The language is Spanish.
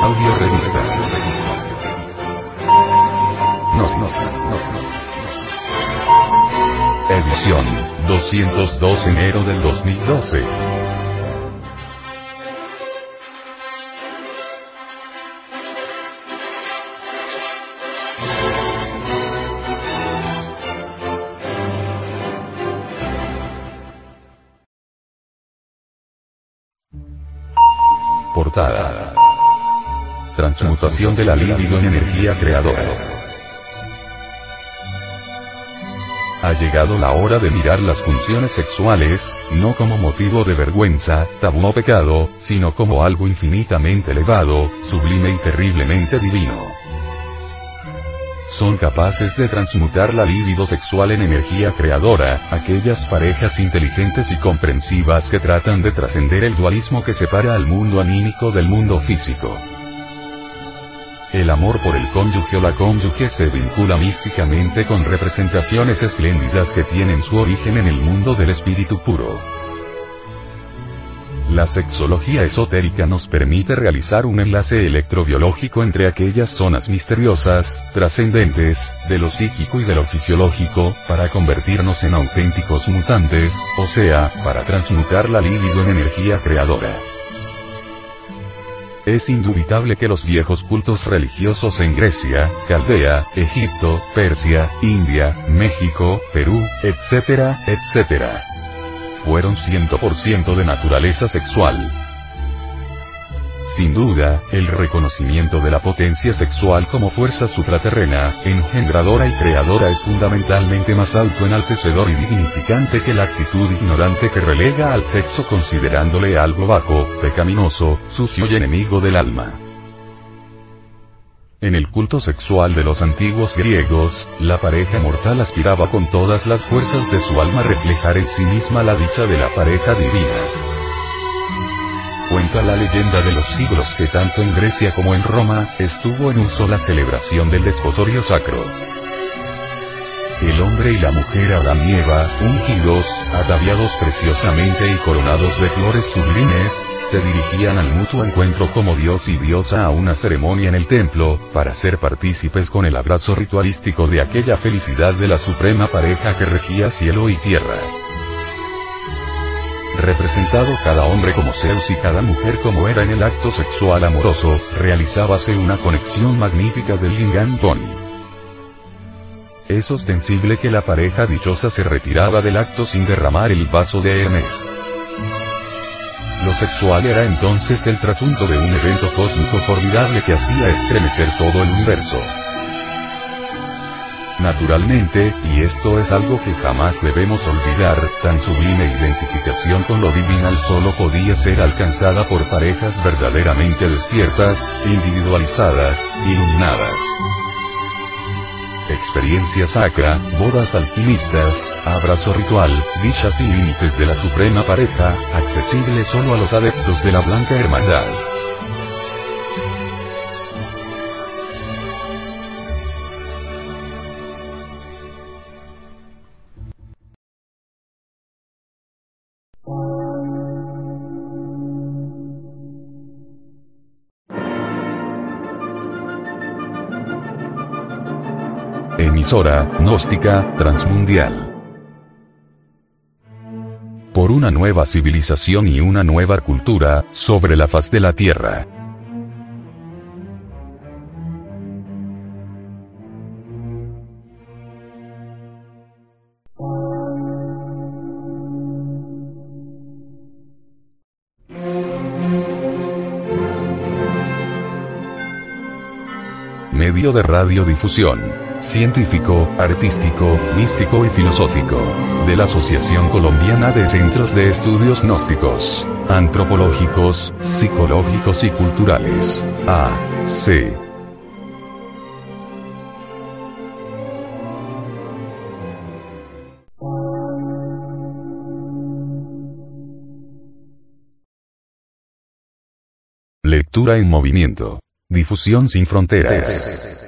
Audio Revista. Edición 202 enero del 2012. Portada. Transmutación de la libido en energía creadora. Ha llegado la hora de mirar las funciones sexuales, no como motivo de vergüenza, tabú o pecado, sino como algo infinitamente elevado, sublime y terriblemente divino. Son capaces de transmutar la libido sexual en energía creadora, aquellas parejas inteligentes y comprensivas que tratan de trascender el dualismo que separa al mundo anímico del mundo físico. El amor por el cónyuge o la cónyuge se vincula místicamente con representaciones espléndidas que tienen su origen en el mundo del espíritu puro. La sexología esotérica nos permite realizar un enlace electrobiológico entre aquellas zonas misteriosas, trascendentes, de lo psíquico y de lo fisiológico, para convertirnos en auténticos mutantes, o sea, para transmutar la libido en energía creadora. Es indubitable que los viejos cultos religiosos en Grecia, Caldea, Egipto, Persia, India, México, Perú, etc., fueron 100% de naturaleza sexual. Sin duda, el reconocimiento de la potencia sexual como fuerza supraterrena, engendradora y creadora es fundamentalmente más autoenaltecedor y dignificante que la actitud ignorante que relega al sexo considerándole algo bajo, pecaminoso, sucio y enemigo del alma. En el culto sexual de los antiguos griegos, la pareja mortal aspiraba con todas las fuerzas de su alma a reflejar en sí misma la dicha de la pareja divina. Cuenta la leyenda de los siglos que tanto en Grecia como en Roma, estuvo en uso la celebración del desposorio sacro. El hombre y la mujer Adán y Eva, ungidos, ataviados preciosamente y coronados de flores sublimes, se dirigían al mutuo encuentro como dios y diosa a una ceremonia en el templo, para ser partícipes con el abrazo ritualístico de aquella felicidad de la suprema pareja que regía cielo y tierra. Representado cada hombre como Zeus y cada mujer como Hera en el acto sexual amoroso, realizábase una conexión magnífica del Lingam Toni. Es ostensible que la pareja dichosa se retiraba del acto sin derramar el vaso de Hermes. Lo sexual era entonces el trasunto de un evento cósmico formidable que hacía estremecer todo el universo. Naturalmente, y esto es algo que jamás debemos olvidar, tan sublime identificación con lo divinal solo podía ser alcanzada por parejas verdaderamente despiertas, individualizadas, iluminadas. Experiencia sacra, bodas alquimistas, abrazo ritual, dichas sin límites de la suprema pareja, accesible solo a los adeptos de la Blanca Hermandad. Emisora gnóstica transmundial. Por una nueva civilización y una nueva cultura sobre la faz de la Tierra. Medio de radiodifusión, científico, artístico, místico y filosófico, de la Asociación Colombiana de Centros de Estudios Gnósticos, Antropológicos, Psicológicos y Culturales, AC. Lectura en movimiento. Difusión sin fronteras.